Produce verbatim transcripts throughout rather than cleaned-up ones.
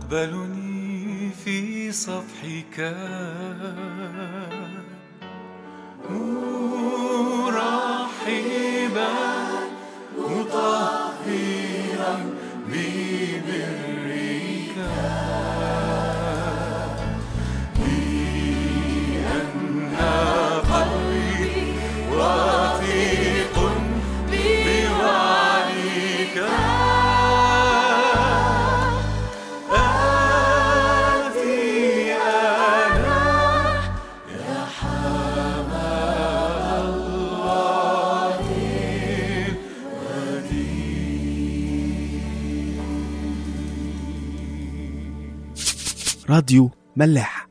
تقبلني في صفحك مرحبا مطهرا ببرك لأن قلبي واثق بوعدك راديو ملاح.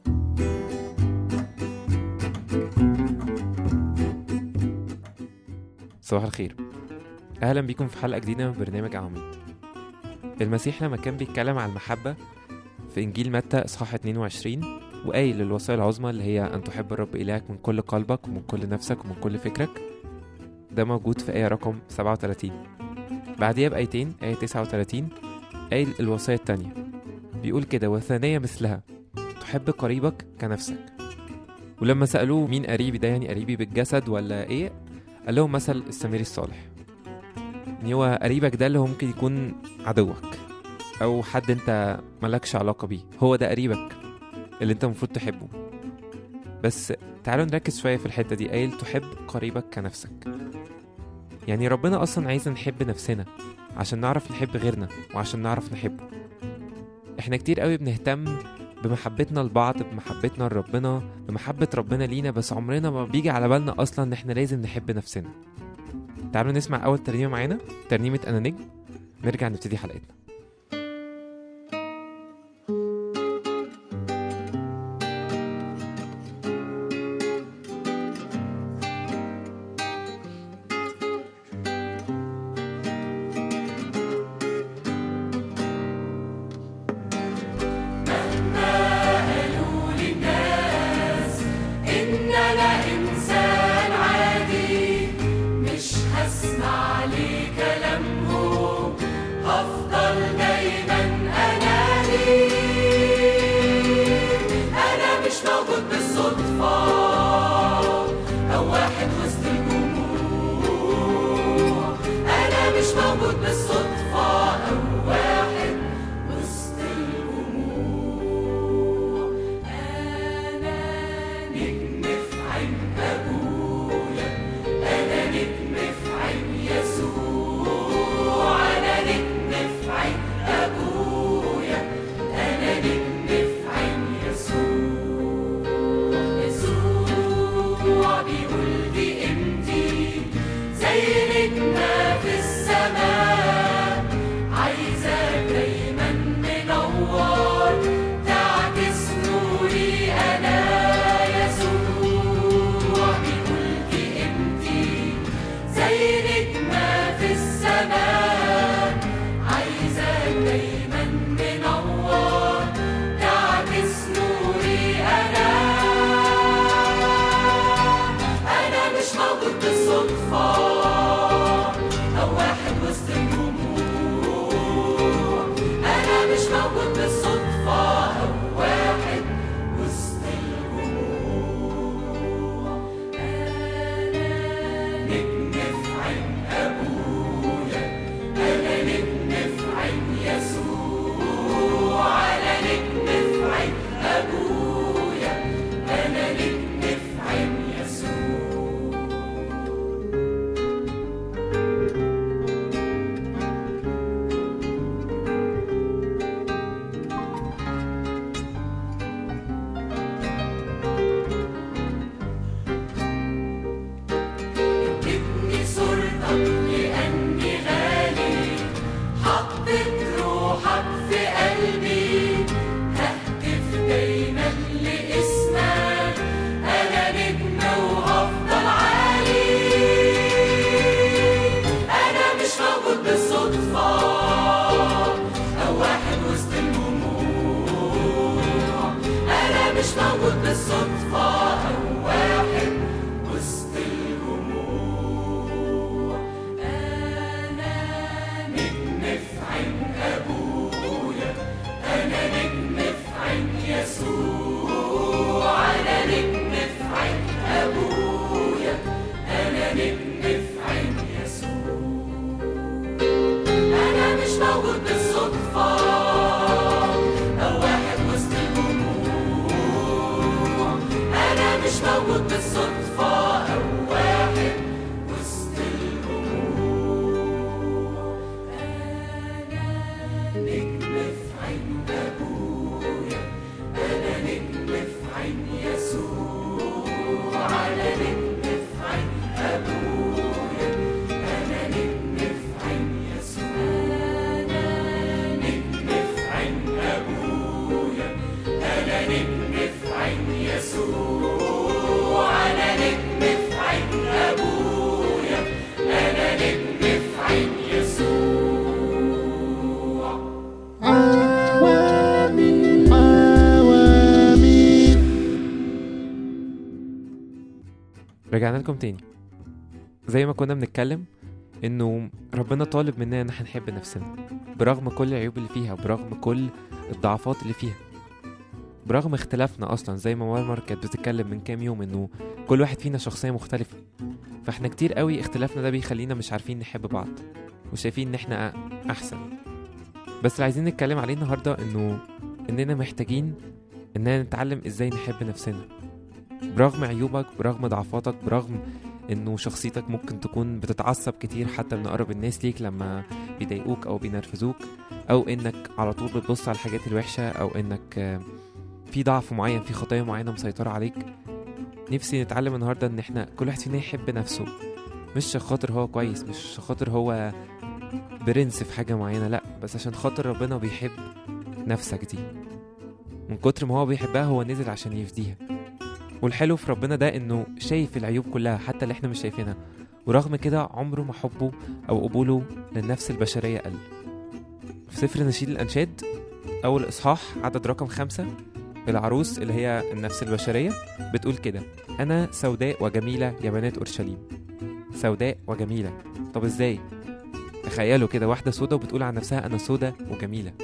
صباح الخير، أهلا بكم في حلقة جديدة من برنامج عميد. المسيح لما كان بيتكلم عن المحبة في إنجيل متى إصحاح اتنين وعشرين وقايل للوصايا العظمى اللي هي أن تحب الرب إلهك من كل قلبك ومن كل نفسك ومن كل فكرك، ده موجود في آية رقم سبعة وثلاثين. بعديها بآيتين آية تسعة وثلاثين قايل الوصايا التانية، بيقول كده: وثانية مثلها تحب قريبك كنفسك. ولما سألوه مين قريبي ده، يعني قريبي بالجسد ولا ايه، قال لهم مثل السامري الصالح، يعني هو قريبك ده اللي هو ممكن يكون عدوك او حد انت ملكش علاقة بيه، هو ده قريبك اللي انت المفروض تحبه. بس تعالوا نركز شوية في الحتة دي، قايل تحب قريبك كنفسك. يعني ربنا اصلا عايز نحب نفسنا عشان نعرف نحب غيرنا وعشان نعرف نحبه. احنا كتير قوي بنهتم بمحبتنا لبعض، بمحبتنا لربنا، بمحبة ربنا لينا، بس عمرنا ما بيجي على بالنا اصلا ان احنا لازم نحب نفسنا. تعالوا نسمع اول ترنيمة معانا، ترنيمة انا نجم، نرجع نبتدي حلقتنا. أنا نجم ورجعنا لكم تاني. زي ما كنا بنتكلم انه ربنا طالب مننا ان احنا نحب نفسنا برغم كل العيوب اللي فيها، برغم كل الضعفات اللي فيها، برغم اختلافنا اصلا. زي ما مارمر كانت بتتكلم من كام يوم انه كل واحد فينا شخصية مختلفة، فاحنا كتير قوي اختلافنا ده بيخلينا مش عارفين نحب بعض وشايفين ان احنا احسن. بس اللي عايزين نتكلم عليه النهاردة انه اننا محتاجين اننا نتعلم ازاي نحب نفسنا برغم عيوبك، برغم ضعفاتك، برغم انه شخصيتك ممكن تكون بتتعصب كتير حتى من اقرب الناس ليك لما بيضايقوك او بينرفزوك، او انك على طول بتبص على الحاجات الوحشة، او انك في ضعف معين، في خطايا معينة مسيطرة عليك. نفسي نتعلم النهاردة ان احنا كل واحد فينا يحب نفسه، مش خاطر هو كويس، مش خاطر هو برنس في حاجة معينة، لا، بس عشان خاطر ربنا بيحب نفسك دي. من كتر ما هو بيحبها هو نزل عشان يفديها. والحلو في ربنا ده انه شايف العيوب كلها حتى اللي احنا مش شايفينها، ورغم كده عمره ما حبه او قبوله للنفس البشرية قل. في سفر نشيد الأنشاد أول إصحاح عدد رقم خمسة، العروس اللي هي النفس البشرية بتقول كده: أنا سوداء وجميلة يا بنات أورشليم. سوداء وجميلة. طب إزاي؟ تخيلوا كده واحدة سودة وبتقول عن نفسها أنا سودة وجميلة.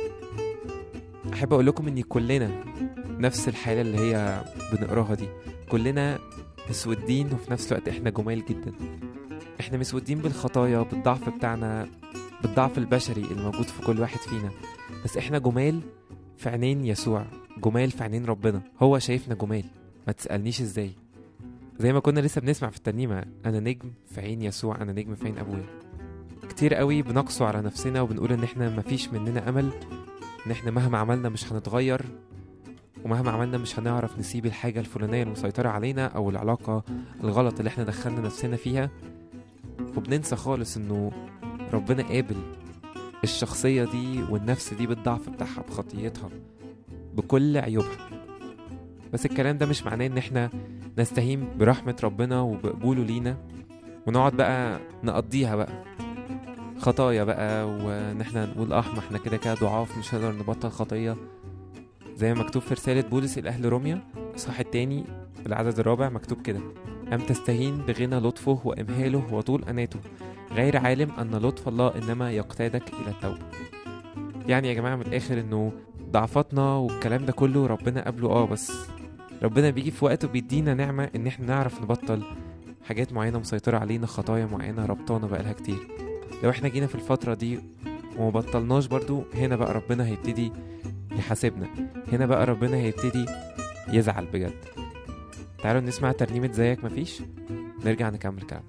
أحب أقول لكم إن كلنا نفس الحالة اللي هي بنقراها دي، كلنا مسودين وفي نفس الوقت إحنا جمال جدا. إحنا مسودين بالخطايا، بالضعف بتاعنا، بالضعف البشري الموجود في كل واحد فينا، بس إحنا جمال في عينين يسوع، جمال في عينين ربنا. هو شايفنا جمال، ما تسألنيش إزاي. زي ما كنا لسه بنسمع في الترنيمة، أنا نجم في عين يسوع، أنا نجم في عين أبويا. كتير قوي بنقسو على نفسنا وبنقول إن إحنا مفيش مننا أمل، إن إحنا مهما عملنا مش هنتغير، ومهما عملنا مش هنعرف نسيب الحاجة الفلانية المسيطرة علينا أو العلاقة الغلط اللي إحنا دخلنا نفسنا فيها. وبننسى خالص إنه ربنا قابل الشخصية دي والنفس دي بالضعف بتاعها، بخطيتها، بكل عيوبها. بس الكلام ده مش معناه إن إحنا نستهين برحمة ربنا وبقبوله لينا ونقعد بقى نقضيها بقى خطايا بقى، وإن إحنا نقول أح ما إحنا كده كده ضعاف مش هنقدر نبطل خطية. زي ما مكتوب في رسالة بولس الأهل روميا الإصحاح التاني العدد الرابع مكتوب كده: أم تستهين بغنى لطفه وإمهاله وطول أناته، غير عالم أن لطف الله إنما يقتادك إلى التوبة. يعني يا جماعة من الآخر إنه ضعفاتنا والكلام ده كله ربنا قبله، آه بس ربنا بيجي في وقته بيدينا نعمة إن إحنا نعرف نبطل حاجات معينة مسيطرة علينا، خطايا معينة ربطانا بقالها كتير. لو إحنا جينا في الفترة دي ومبطلناش برضو، هنا بقى ربنا هيبتدي يحاسبنا، هنا بقى ربنا هيبتدي يزعل بجد. تعالوا نسمع ترنيمة زيك مفيش، نرجع نكمل كلام.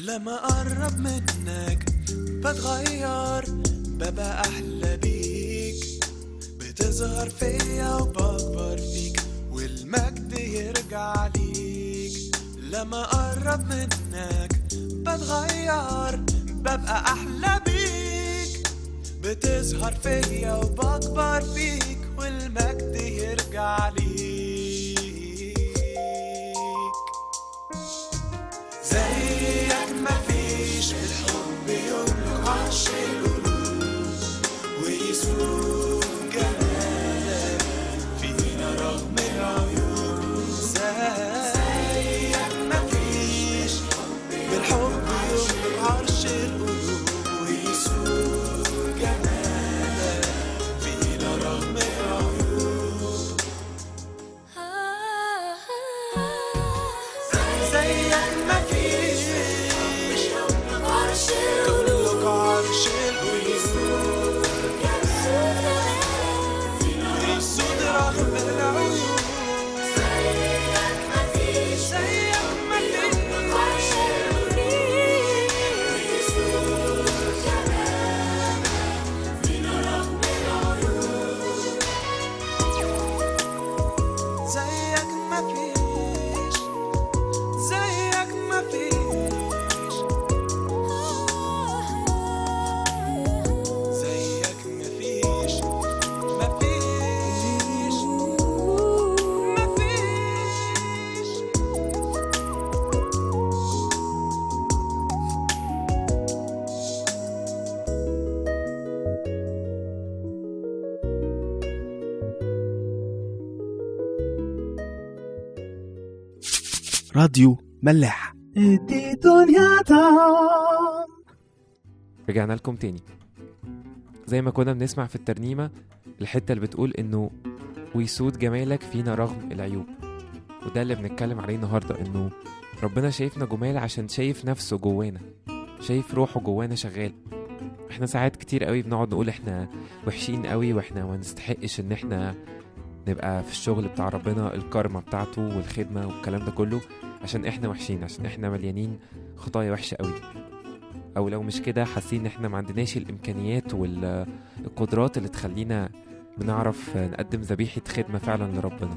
لما أقرب منك بتغير، ببقى أحلى بيك، بتظهر فيا وبكبر فيك والمجد يرجع ليك. لما أقرب منك بتغير، ببقى أحلى بيك، بتظهر فيا وبكبر فيك والمجد يرجع ليك. زيك مفيش، الحب يملك عرش القلوب، ويسوق جمالك فينا رغم العيوب. زيك مفيش، بالحب يملك عرش القلوب، ويسوق جمالك فينا رغم العيوب. زيك مفيش، كلك عرش القلوب، ويسود رغم العيوب. زيك مفيش، زيك مفيش، عرش القلوب، ويسود جمالك فينا رغم العيوب. زيك مفيش، زيك مفيش، زيك مفيش، مفيش، مفيش. راديو ملاح دي دنيا طعم. رجعنا لكم تاني. زي ما كنا بنسمع في الترنيمة الحتة اللي بتقول انه ويسود جمالك فينا رغم العيوب، وده اللي بنتكلم عليه النهاردة، انه ربنا شايفنا جمال عشان شايف نفسه جوانا، شايف روحه جوانا شغال. احنا ساعات كتير قوي بنقعد نقول احنا وحشين قوي واحنا ما نستحقش ان احنا نبقى في الشغل بتاع ربنا، الكارما بتاعته والخدمة والكلام ده كله، عشان احنا وحشين، عشان احنا مليانين خطايا وحشة قوي. او لو مش كده حاسين ان احنا ما عندناش الامكانيات والقدرات اللي تخلينا بنعرف نقدم ذبيحة خدمة فعلا لربنا.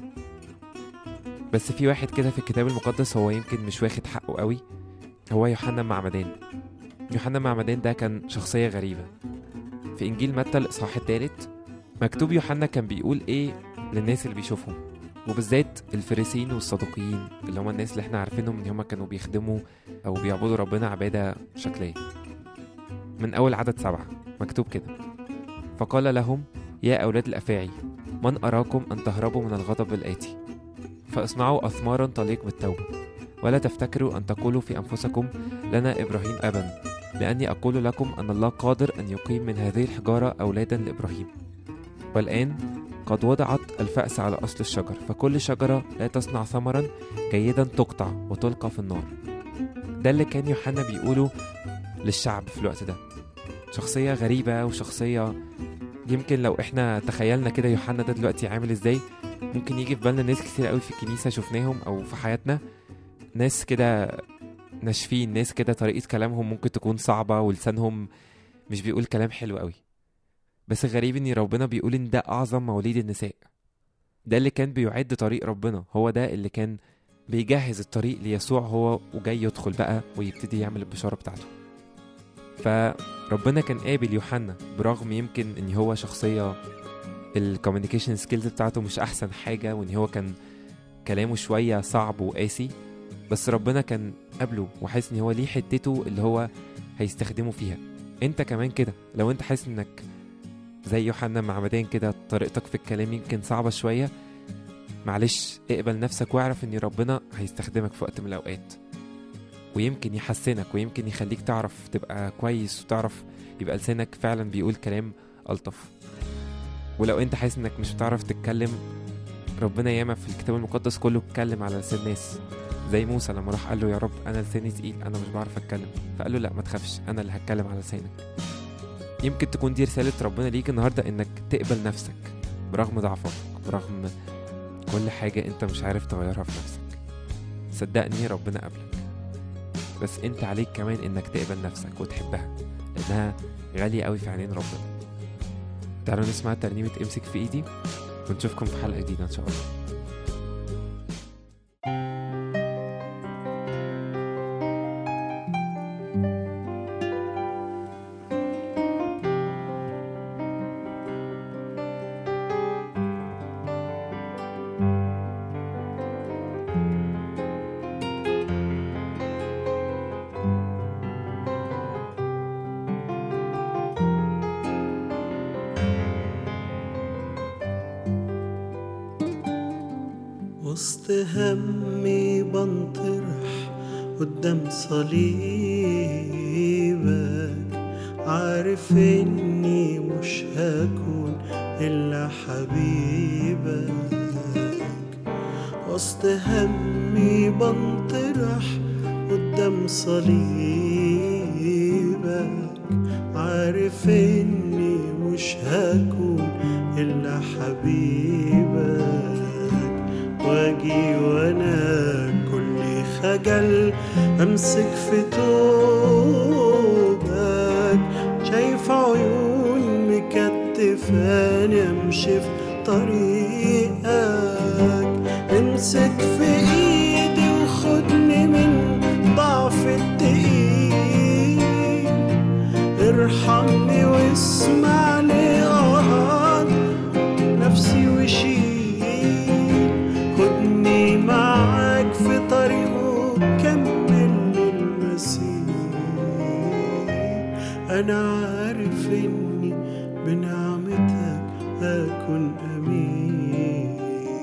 بس في واحد كده في الكتاب المقدس هو يمكن مش واخد حقه قوي، هو يوحنا معمدان. يوحنا معمدان ده كان شخصية غريبة. في انجيل متى الاصحاح الثالث مكتوب يوحنا كان بيقول ايه للناس اللي بيشوفهم، وبالذات الفريسيين والصدوقيين اللي هم الناس اللي احنا عارفينهم ان هم كانوا بيخدموا او بيعبدوا ربنا عبادة شكلية. من اول عدد سبعة مكتوب كده: فقال لهم يا اولاد الافاعي، من اراكم ان تهربوا من الغضب الاتي، فاصنعوا اثمارا تليق بالتوبة، ولا تفتكروا ان تقولوا في انفسكم لنا ابراهيم ابا، لاني اقول لكم ان الله قادر ان يقيم من هذه الحجارة اولادا لابراهيم. والآن قد وضعت الفأس على أصل الشجر، فكل شجرة لا تصنع ثمرا جيدا تقطع وتلقى في النار. ده اللي كان يوحنا بيقوله للشعب في الوقت ده. شخصية غريبة، وشخصية يمكن لو احنا تخيلنا كده يوحنا ده دلوقتي عامل ازاي، ممكن يجي في بالنا ناس كتير قوي في الكنيسة شفناهم او في حياتنا، ناس كده ناشفين، ناس كده طريقة كلامهم ممكن تكون صعبة ولسانهم مش بيقول كلام حلو قوي. بس غريب ان ربنا بيقول ان ده اعظم مواليد النساء. ده اللي كان بيعد طريق ربنا، هو ده اللي كان بيجهز الطريق ليسوع، هو وجاي يدخل بقى ويبتدي يعمل البشارة بتاعته. فربنا كان قابل يوحنا برغم يمكن ان هو شخصية الكوميونيكيشن سكيلز بتاعته مش احسن حاجة، وان هو كان كلامه شوية صعب وقاسي، بس ربنا كان قابله وحاسس ان هو ليه حتته اللي هو هيستخدمه فيها. انت كمان كده لو انت حاسس انك زي يوحنا معمدان كده طريقتك في الكلام يمكن صعبة شوية، معلش اقبل نفسك واعرف ان ربنا هيستخدمك في وقت من الاوقات، ويمكن يحسنك، ويمكن يخليك تعرف تبقى كويس، وتعرف يبقى لسانك فعلا بيقول كلام ألطف. ولو انت حاسس انك مش بتعرف تتكلم، ربنا ياما في الكتاب المقدس كله اتكلم على لسان ناس، زي موسى لما راح قال له يا رب انا لساني تقيل، انا مش بعرف اتكلم، فقال له لا ما تخافش، انا اللي هتكلم على لسانك. يمكن تكون دي رسالة ربنا ليك النهاردة، انك تقبل نفسك برغم ضعفك، برغم كل حاجة انت مش عارف تغيرها في نفسك. صدقني ربنا قبلك. بس انت عليك كمان انك تقبل نفسك وتحبها، لانها غالية قوي في عينين ربنا. تعالوا نسمع ترنيمة امسك في ايدي، ونشوفكم في حلقة جديدة ان شاء الله. وسط همي بنطرح قدام صليبك، عارف اني مش هكون الا حبيبك. وسط همي بنطرح قدام صليبك، عارف اني مش هكون الا حبيبك. واجي وانا كل خجل امسك في توبك، شايف عيون مكتفاني امشي في طريقك. امسك في ايدي وخدني من ضعف التقيل، ارحمني واسمع لي آهات نفسي وشيل. خدني معاك في طريقه كمل المسير، أنا عارف إني بنعمتك هكون أمين.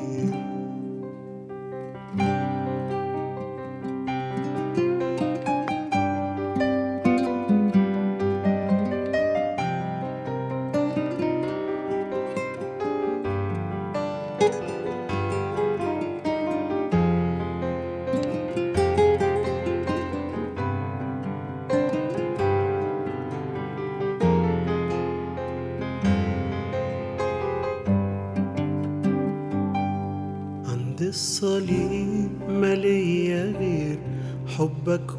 الصليب مالية غير حبك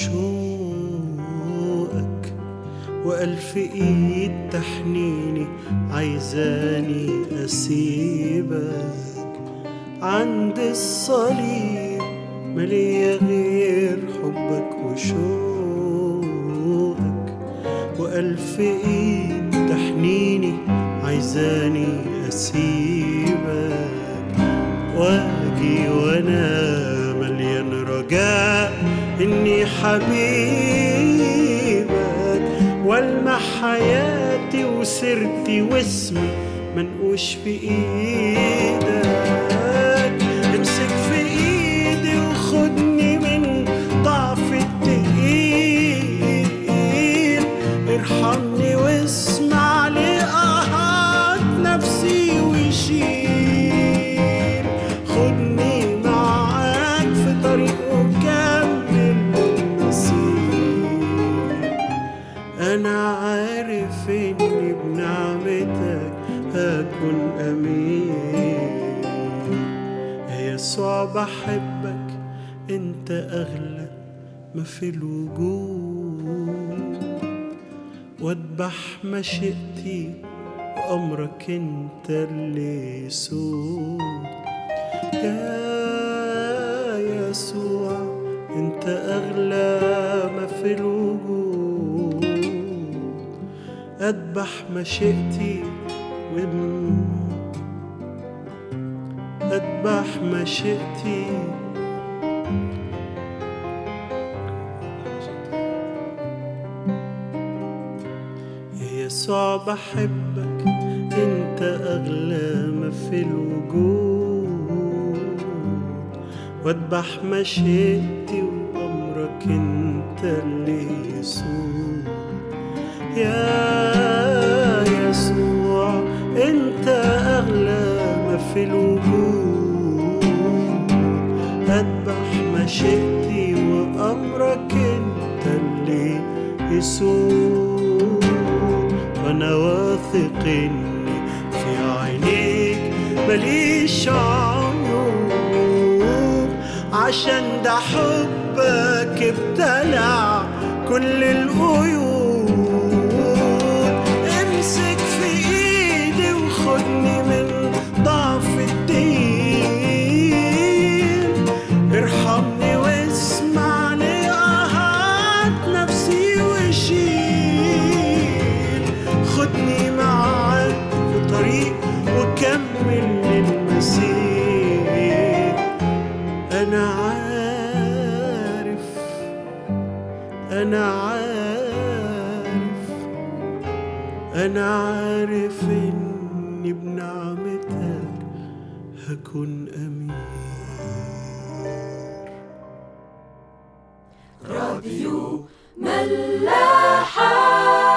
وشوقك، وألف إيد تحنيني عايزاني أسيبك. عند الصليب مالية غير حبك وشوقك، وألف إيد تحنيني عايزاني أسيبك. واجي وانا مليان رجاء اني حبيبك، والمح حياتي وسرتي واسمي منقوش في ايدك. امسك في ايدي وخدني من ضعف التقيل، ارحمني واسمع لي آهات نفسي وشيل. خدني معاك في طريقه كمل المسير، أنا عارف إني بنعمتك هكون أمين. يا يسوع بحبك، أنت أغلى ما في الوجود، وأذبح مشيئتي وأمرك أنت اللي يسود. يا يسوع انت اغلى ما في الوجود، اذبح مشيئتي اذبح مشيئتي. يا يسوع بحبك، انت اغلى ما في الوجود، واذبح مشيئتي وامرك انت اللي يسود. يا يسوع انت اغلى ما في الوجود، اذبح مشيئتي وامرك انت اللي يسود. وانا واثق اني في عينيك ماليش عيوب، عشان ده حبك ابتلع كل القيود. امسك في ايدي وخدني من ضعف الدين، ارحمني واسمع لآهات نفسي وشيل، خدني معاك في طريق وكمل للمسير. أنا عارف أنا عارف أنا عارف إني بنعمتك هكون أمين. راديو ملاحة.